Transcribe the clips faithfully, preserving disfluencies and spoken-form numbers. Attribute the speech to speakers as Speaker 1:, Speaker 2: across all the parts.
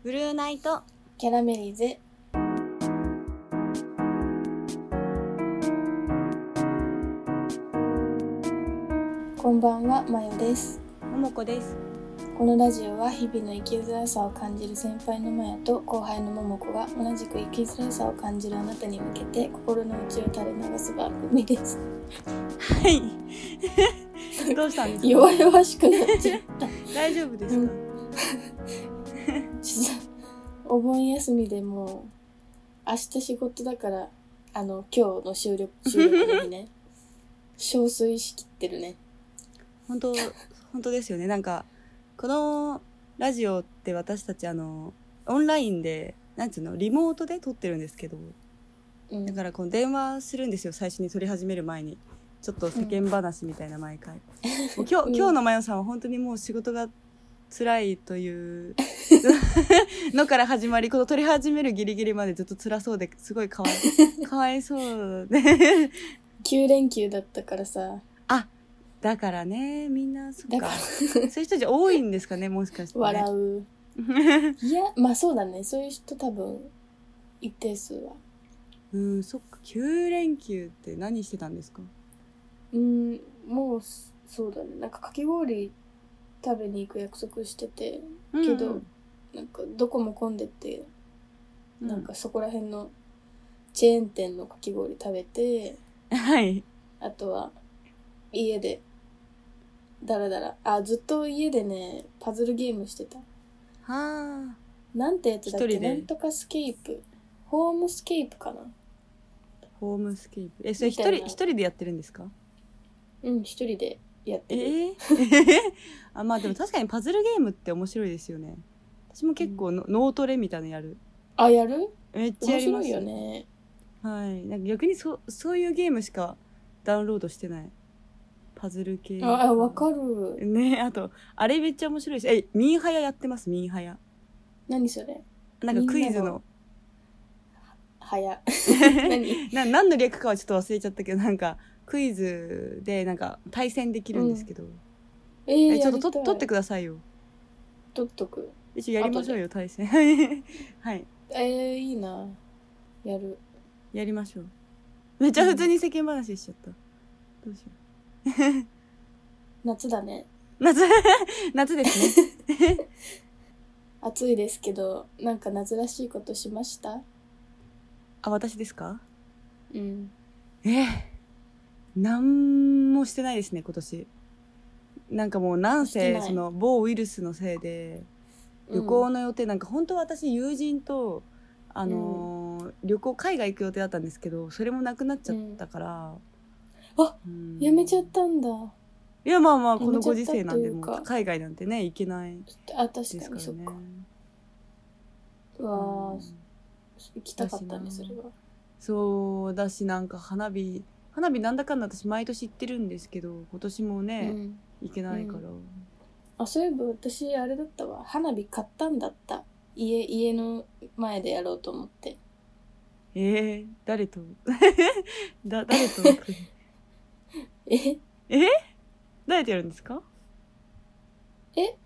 Speaker 1: ブルーナイト
Speaker 2: キャラメリゼ。こんばんは、まよです。
Speaker 1: ももこです。
Speaker 2: このラジオは日々の生きづらさを感じる先輩のまよと後輩のももこが同じく生きづらさを感じるあなたに向けて心の内を垂れ流す番組です。
Speaker 1: はいどうしたんですか？
Speaker 2: 弱々しくなっちゃった
Speaker 1: 大丈夫ですか？うん、
Speaker 2: ちょっとお盆休みでもう明日仕事だから、あの今日の収録収録の日ね憔悴しきってるね。
Speaker 1: 本当本当ですよね。なんかこのラジオって私たちあのオンラインでなんつうのリモートで撮ってるんですけど、うん、だからこの電話するんですよ。最初に撮り始める前にちょっと世間話みたいな毎回、うん、今日今日のまよさんは本当にもう仕事が辛いというのから始まり、この撮り始めるギリギリまでずっと辛そうですごいかわいかわいそうで
Speaker 2: きゅう連休だったからさ。
Speaker 1: あ、だからね、みんなそっかそういう人じゃ多いんですかね、もしかして、ね、
Speaker 2: 笑ういや、まあそうだね、そういう人多分一定数は。
Speaker 1: うん、そっか。きゅう連休って何してたんですか？
Speaker 2: うん、もうそうだね、なんかかき氷食べに行く約束してて、うんうん、けどなんかどこも混んでて、うん、なんかそこら辺のチェーン店のかき氷食べて、
Speaker 1: はい。
Speaker 2: あとは家でだらだら、あ、ずっと家でねパズルゲームしてた。は
Speaker 1: あ。
Speaker 2: なんてやつだっけ？なんとかスケープ、ホームスケープかな。
Speaker 1: ホームスケープ。え、それ一人一人でやってるんですか？
Speaker 2: うん、一人でやってる。
Speaker 1: えー、あ、まあでも確かにパズルゲームって面白いですよね。私も結構の、うん、脳トレみたいなのやる。
Speaker 2: あ、やる？
Speaker 1: めっちゃやります。
Speaker 2: 面白いよね。
Speaker 1: はい。なんか逆にそそういうゲームしかダウンロードしてない。パズル系。
Speaker 2: あ、わかる。
Speaker 1: ね、あとあれめっちゃ面白いし、え、ミンハヤやってます？ミンハヤ。
Speaker 2: 何それ？
Speaker 1: なんかクイズの。
Speaker 2: はや。
Speaker 1: 何？な何の略かはちょっと忘れちゃったけど、なんかクイズでなんか対戦できるんですけど、うん、
Speaker 2: えー、
Speaker 1: えちょっとと取ってくださいよ。
Speaker 2: 取っとく。
Speaker 1: 一応やりましょうよ対戦。はい。
Speaker 2: えー、いいな。やる。
Speaker 1: やりましょう。めっちゃ普通に世間話しちゃった。うん、どうしよう。
Speaker 2: 夏だね。
Speaker 1: 夏夏ですね。
Speaker 2: 暑いですけど、なんか夏らしいことしました？
Speaker 1: あ、私ですか？
Speaker 2: うん。
Speaker 1: え、なんもしてないですね今年。なんかもうなんせその某ウイルスのせいで旅行の予定、うん、なんか本当は私友人とあのーうん、旅行海外行く予定だったんですけど、それもなくなっちゃったから、
Speaker 2: うん、あ、うん、やめちゃったんだ。
Speaker 1: いやまあまあこのご時世なんでもう海外なんてね行けないですからね。
Speaker 2: あ、確かにそっか。うわー、うん、行きたかったねそれは。
Speaker 1: そうだし、なんか花火花火なんだかんだ私毎年行ってるんですけど、今年もね、うん、行けないから、うん、
Speaker 2: あ、そういえば私あれだったわ、花火買ったんだった。家家の前でやろうと思って。
Speaker 1: えー、誰とだ誰と
Speaker 2: え
Speaker 1: え誰とやるんですか？
Speaker 2: ええ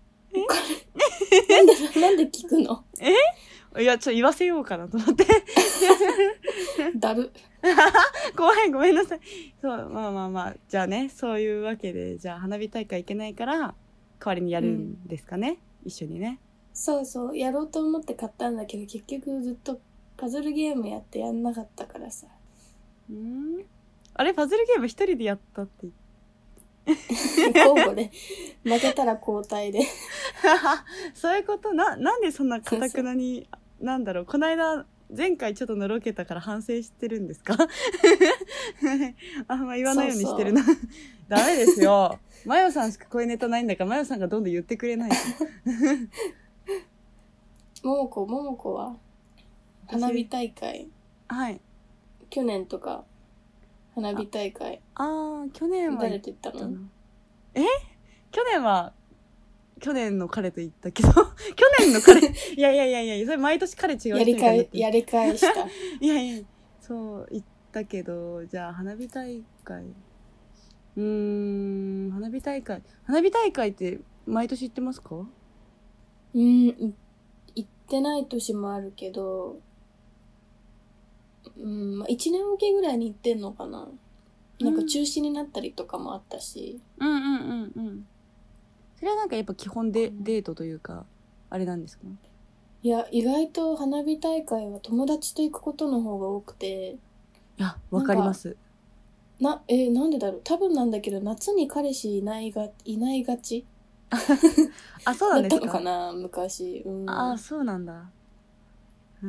Speaker 2: なんでなんで聞くの？
Speaker 1: えいや、ちょっと言わせようかなと思って
Speaker 2: だる
Speaker 1: 怖い、ごめんなさい。そう、まあまあまあ、じゃあね、そういうわけで、じゃあ花火大会行けないから代わりにやるんですかね、うん、一緒にね。
Speaker 2: そうそう、やろうと思って買ったんだけど結局ずっとパズルゲームやってやんなかったからさ。
Speaker 1: んあれ、パズルゲーム一人でやったって言って
Speaker 2: 交互で負けたら交代で
Speaker 1: そういうことな。なんでそんなかたくなになんだろう、この間前回ちょっとのろけたから反省してるんですか？あんま言わないようにしてるな。そうそうダメですよ。マヨさんしかこういうネタないんだからマヨさんがどんどん言ってくれないと。
Speaker 2: ももこももこは花火大会、
Speaker 1: はい、
Speaker 2: 去年とか花火大会、
Speaker 1: ああ去年は
Speaker 2: 誰と行ったの？
Speaker 1: え去年は去年の彼と言ったけど去年の彼いやいやいやいや、それ毎年彼違う人
Speaker 2: やり返やり返した
Speaker 1: いやいやそう言ったけど、じゃあ花火大会、うーん花火大会花火大会って毎年行ってますか？
Speaker 2: うん、行っってない年もあるけど、うん、まあ、いちねんおきぐらいに行ってんのかな。なんか中止になったりとかもあったし。
Speaker 1: うんうんうんうん。それはなんかやっぱ基本で、うん、デートというか、あれなんですか？
Speaker 2: いや、意外と花火大会は友達と行くことの方が多くて。
Speaker 1: いや、わかります。
Speaker 2: な、えー、なんでだろう。多分なんだけど、夏に彼氏いないが、いないがち
Speaker 1: あ、そうなんですか？
Speaker 2: だったのかな、昔。うん、
Speaker 1: ああ、そうなんだ。へえ、うん。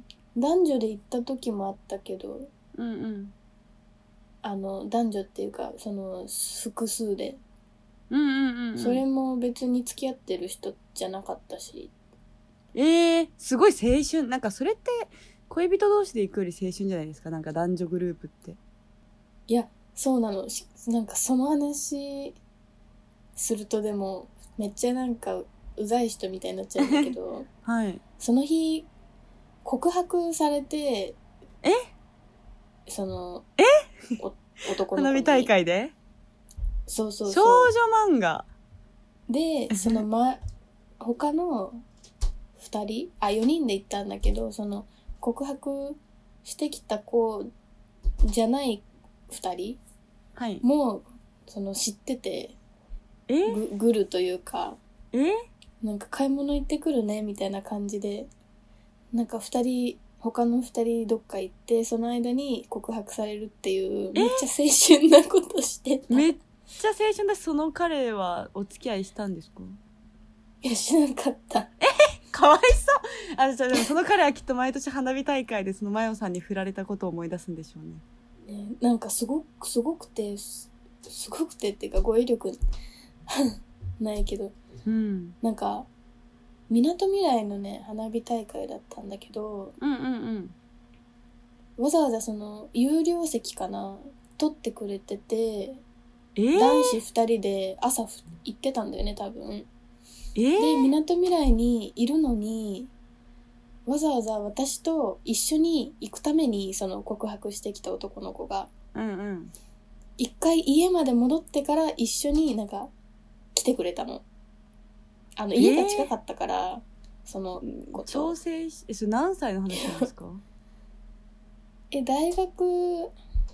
Speaker 2: 男女で行った時もあったけど、
Speaker 1: うんうん。
Speaker 2: あの、男女っていうか、その、複数で。
Speaker 1: うんうんうん、うん。
Speaker 2: それも別に付き合ってる人じゃなかったし。
Speaker 1: えー、すごい青春。なんかそれって恋人同士で行くより青春じゃないですか、なんか男女グループって。
Speaker 2: いや、そうなの。なんかその話するとでもめっちゃなんかうざい人みたいになっちゃうんだけど、
Speaker 1: はい。
Speaker 2: その日告白されて、
Speaker 1: え
Speaker 2: その
Speaker 1: え
Speaker 2: 男の子に
Speaker 1: 花火大会で、
Speaker 2: そうそうそう、
Speaker 1: 少女漫画
Speaker 2: で、そのま他のふたりあよにんで行ったんだけど、その告白してきた子じゃないふたりも、はい、その知ってて、
Speaker 1: え
Speaker 2: ググルというか、
Speaker 1: え
Speaker 2: なんか買い物行ってくるねみたいな感じで、なんかふたり他のふたりどっか行って、その間に告白されるっていうめっちゃ青春なことしてた。
Speaker 1: めっちゃ青春だし、その彼はお付き合いしたんですか？
Speaker 2: いや、しなかった。
Speaker 1: えかわいそう。あ、じゃあでもその彼はきっと毎年花火大会でそのマヨさんに振られたことを思い出すんでしょうね。
Speaker 2: ね、なんかすごくすごくてすごくてっていうか語彙力ないけど、うん、なんかみなとみらいのね花火大会だったんだけど、
Speaker 1: うんうんうん、
Speaker 2: わざわざその有料席かな取ってくれてて、
Speaker 1: えー、
Speaker 2: 男子ふたりで朝行ってたんだよね多分。
Speaker 1: えー、
Speaker 2: でみなとみらいにいるのにわざわざ私と一緒に行くためにその告白してきた男の子が、
Speaker 1: うんうん、
Speaker 2: 一回家まで戻ってから一緒になんか来てくれたの。あの家が近かったから、えー、その
Speaker 1: 子と調整し、え、それ何歳の話なんですか？
Speaker 2: え大学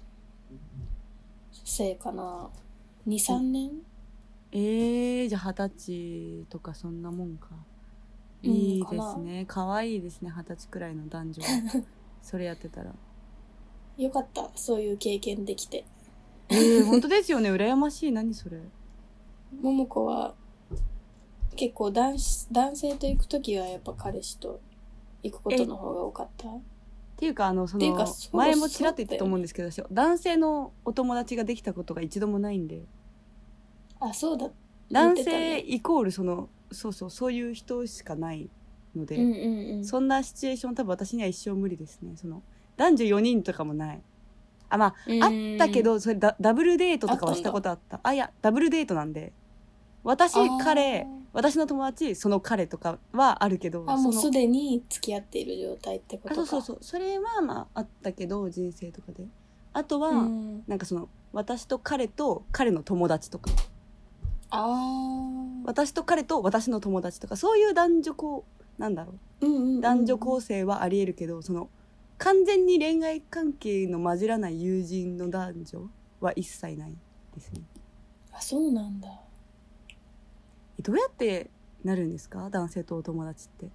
Speaker 2: 生かな、にさんねん。
Speaker 1: えー、じゃあ二十歳とかそんなもんか。いいですね。可愛いですね。二十歳くらいの男女それやってたら
Speaker 2: よかった、そういう経験できて。
Speaker 1: えー、本当ですよね。羨ましい。何それ。
Speaker 2: 桃子は結構 男, 男性と行くときはやっぱ彼氏と行くことの方が多かった。
Speaker 1: っていうか、あのその前もちらっと言ったと思うんですけど、男性のお友達ができたことが一度もないんで。
Speaker 2: あ、そうだ、
Speaker 1: 男性イコールそのそうそうそういう人しかないので、うんうんうん、そんなシチュエーション多分私には一生無理ですね。その男女よにんとかもない。あ、まああったけど、それ ダ, ダブルデートとかはしたことあった。あ, あいやダブルデートなんで、私彼私の友達その彼とかはあるけど、
Speaker 2: あ、もうすでに付き合っている状態ってことか。
Speaker 1: あ、そうそうそう、それはまああったけど、人生とかで。あとは、うん、なんかその私と彼と彼の友達とか、あ、私と彼と私の友達とか、そういう男女こうなんだろう、うんうんうんうん、男女構成はありえるけど、その完全に恋愛関係の混じらない友人の男女は一切ないですね。
Speaker 2: あ、そうなんだ。
Speaker 1: どうやってなるんですか、男性とお友達って。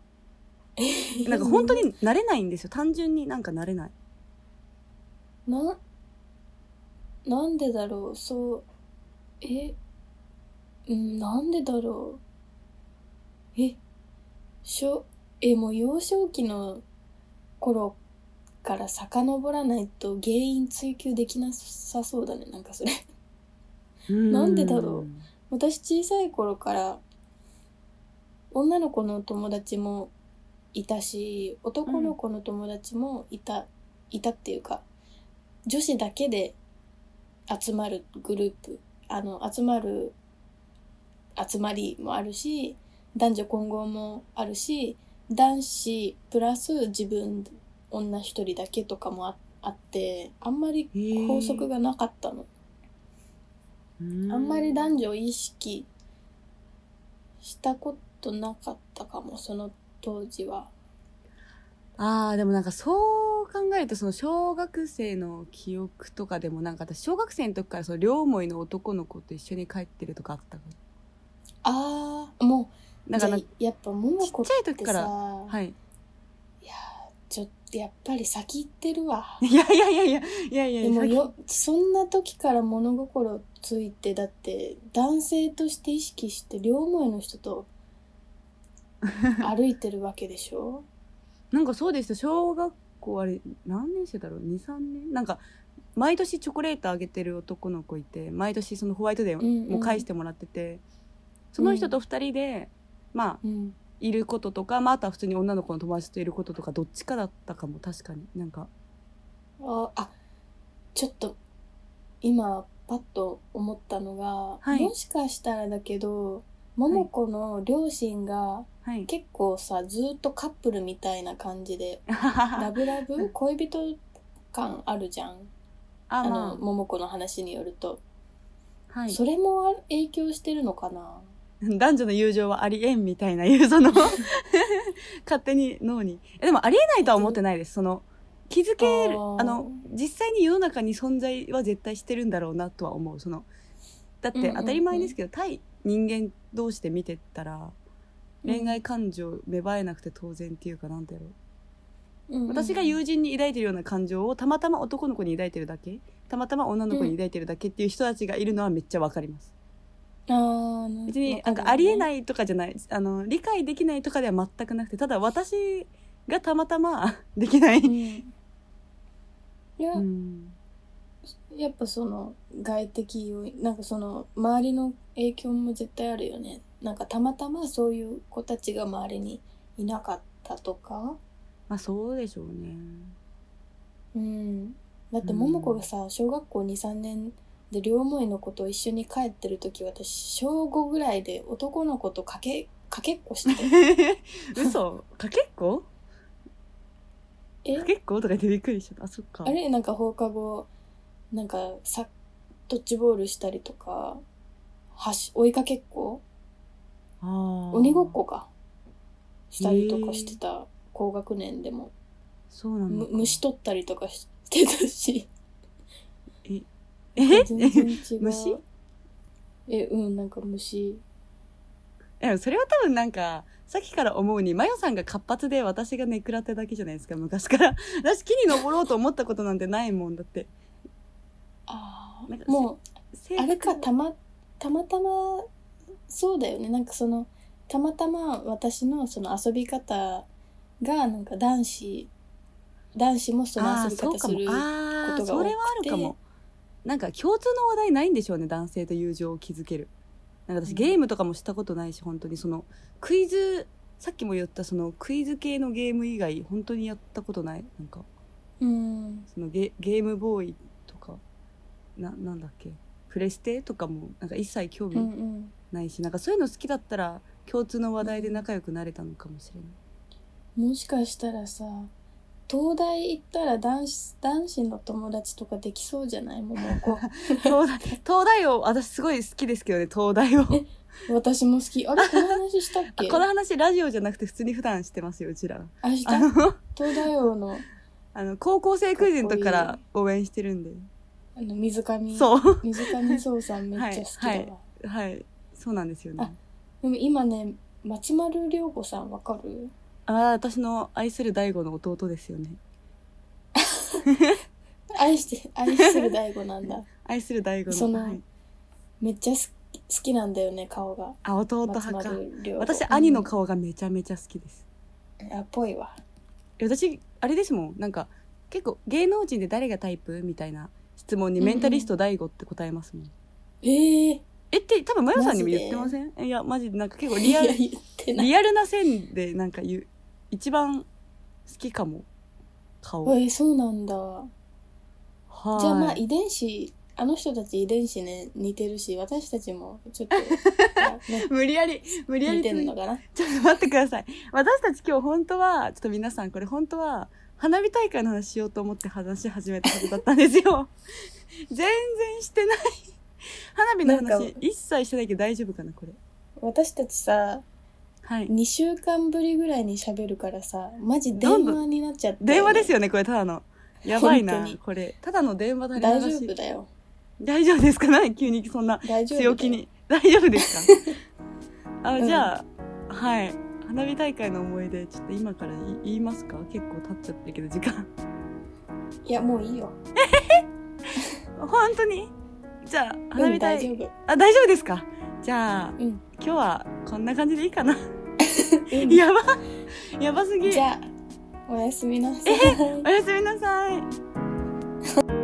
Speaker 1: なんか本当になれないんですよ。単純になんかなれない。
Speaker 2: な、なんでだろう。そう、え、うん、なんでだろう。え、しょ、え、もう幼少期の頃から遡らないと原因追求できなさそうだね、なんかそれ。なんでだろう。私小さい頃から女の子の友達もいたし、男の子の友達もいた、うん、いたっていうか、女子だけで集まるグループ、あの集まる集まりもあるし、男女混合もあるし、男子プラス自分女一人だけとかも あ, あってあんまり法則がなかったの。あんまり男女を意識したことなかったかも、その当時は。
Speaker 1: あーでもなんかそう考えるとその小学生の記憶とかでもなんか私小学生の時からその両思いの男の子と一緒に帰ってるとかあったか
Speaker 2: ああもう
Speaker 1: なんか
Speaker 2: じゃあやっぱ桃子ってさ
Speaker 1: ちっちゃい時からはい
Speaker 2: いやちょっとやっぱり先行ってるわ。
Speaker 1: いやいやいやいやいやいや
Speaker 2: でもよそんな時から物心ついてだって男性として意識して両思いの人と歩いてるわけでしょ
Speaker 1: なんかそうですよ小学校あれ何年生だろう にさんねんなんか毎年チョコレートあげてる男の子いて毎年そのホワイトデーも返してもらってて、うんうん、その人とふたりで、うん、まあ、うん、いることとか、まあ、あとは普通に女の子の友達といることとかどっちかだったかも確かになんか
Speaker 2: ああちょっと今パッと思ったのが、
Speaker 1: はい、
Speaker 2: もしかしたらだけど桃子の両親が結構さ、はい、ずっとカップルみたいな感じでラブラブ恋人感あるじゃんあ, あの、まあ、桃子の話によると、はい、それも影響してるのかな
Speaker 1: 男女の友情はありえんみたいないうその勝手に脳にでもありえないとは思ってないですその気づけるあの実際に世の中に存在は絶対してるんだろうなとは思うそのだって当たり前ですけど、うんうんうん、対人間同士で見てたら恋愛感情芽生えなくて当然っていうかなんだろう、うんうん、私が友人に抱いてるような感情をたまたま男の子に抱いてるだけたまたま女の子に抱いてるだけっていう人たちがいるのはめっちゃわかります、うん、あ別になんかありえないとかじゃないあの理解できないとかでは全くなくてただ私がたまたまできない、うん、い
Speaker 2: や、うんやっぱその外的要因なんかその周りの影響も絶対あるよねなんかたまたまそういう子たちが周りにいなかったとか
Speaker 1: まあそうでしょうね
Speaker 2: うんだって桃子がさ、うん、小学校 にさんねんで両思いの子と一緒に帰ってる時私小ごぐらいで男の子とかけかけっこして
Speaker 1: 嘘かけっこえかけっことか言ってびっくりしちゃったあそっか
Speaker 2: あれなんか放課後なんかさドッジボールしたりとかはし追いかけっこあ鬼ごっこかしたりとかしてた高学年でも
Speaker 1: そうなんだ
Speaker 2: 虫取ったりとかしてたし
Speaker 1: ええ
Speaker 2: 全然違う
Speaker 1: 虫
Speaker 2: えうんなんか虫
Speaker 1: えそれは多分なんかさっきから思うにマヨさんが活発で私がねくらってだけじゃないですか昔から私木に登ろうと思ったことなんてないもんだって
Speaker 2: あもうあれかたまたまたまそうだよねなんかそのたまたま私のその遊び方がなんか男子男子もその遊び方することが多くて
Speaker 1: それはあるかもなんか共通の話題ないんでしょうね男性と友情を築けるなんか私ゲームとかもしたことないし、うん、本当にそのクイズさっきも言ったそのクイズ系のゲーム以外本当にやったことないなんか、うん、その ゲ, ゲームボーイとかな, なんだっけプレステとかもなんか一切興味ないし、うんうん、なんかそういうの好きだったら共通の話題で仲良くなれたのかもしれない、
Speaker 2: うん、もしかしたらさ東大行ったら男子男子の友達とかできそうじゃないももこ
Speaker 1: 東大東大を私すごい好きですけどね東大を
Speaker 2: え私も好きあれこの話したっけ
Speaker 1: この話ラジオじゃなくて普通に普段してますようちら
Speaker 2: あした東大王の
Speaker 1: あの高校生クイズの時から応援してるんで
Speaker 2: あの水上
Speaker 1: そう
Speaker 2: 水上壮さんめっちゃ好きだわ、はい
Speaker 1: はい、はい、そうなんですよね
Speaker 2: あでも今ね松丸亮吾さんわかる
Speaker 1: ああ私の愛する大悟の弟ですよね
Speaker 2: 愛して愛する大悟なんだ
Speaker 1: 愛する大悟の
Speaker 2: その、はい、めっちゃ好き好きなんだよね顔が
Speaker 1: あ弟派か私兄の顔がめちゃめちゃ好きです、
Speaker 2: うん、あっぽいわ
Speaker 1: 私あれですもんなんか結構芸能人で誰がタイプみたいな質問にメンタリスト大悟って答えますもん、うんうん、
Speaker 2: えー、
Speaker 1: えって多分マヨさんにも言ってませんいやマジでなんか結構リアルリアルな線でなんか言う一番好きかも顔
Speaker 2: えー、そうなんだはいじゃあまあ遺伝子あの人たち遺伝子ね似てるし私たちもちょっと、
Speaker 1: ね、無理やり無理やり
Speaker 2: 似てるのかな
Speaker 1: ちょっと待ってください私たち今日本当はちょっと皆さんこれ本当は花火大会の話しようと思って話し始めたはずだったんですよ全然してない花火の話一切してないけど大丈夫かなこれ
Speaker 2: 私たちさ
Speaker 1: はい、
Speaker 2: にしゅうかんぶりぐらいに喋るからさ、マジ電話になっちゃって、
Speaker 1: 電話ですよねこれ。ただのやばいなこれ。ただの電話垂れ流し。
Speaker 2: 大丈夫だよ。
Speaker 1: 大丈夫ですかね、急にそんな強気に。大丈夫ですかあ、うん、じゃあはい花火大会の思い出ちょっと今から言いますか。結構経っちゃってるけど時間。
Speaker 2: いやもういいよ。
Speaker 1: 本当に。じゃあ花火大会、
Speaker 2: うん、大丈夫。
Speaker 1: あ、大丈夫ですか。じゃあ、
Speaker 2: うん、
Speaker 1: 今日はこんな感じでいいかな。うん、やばやばすぎ。
Speaker 2: じゃあおやすみなさい。
Speaker 1: おやすみなさい。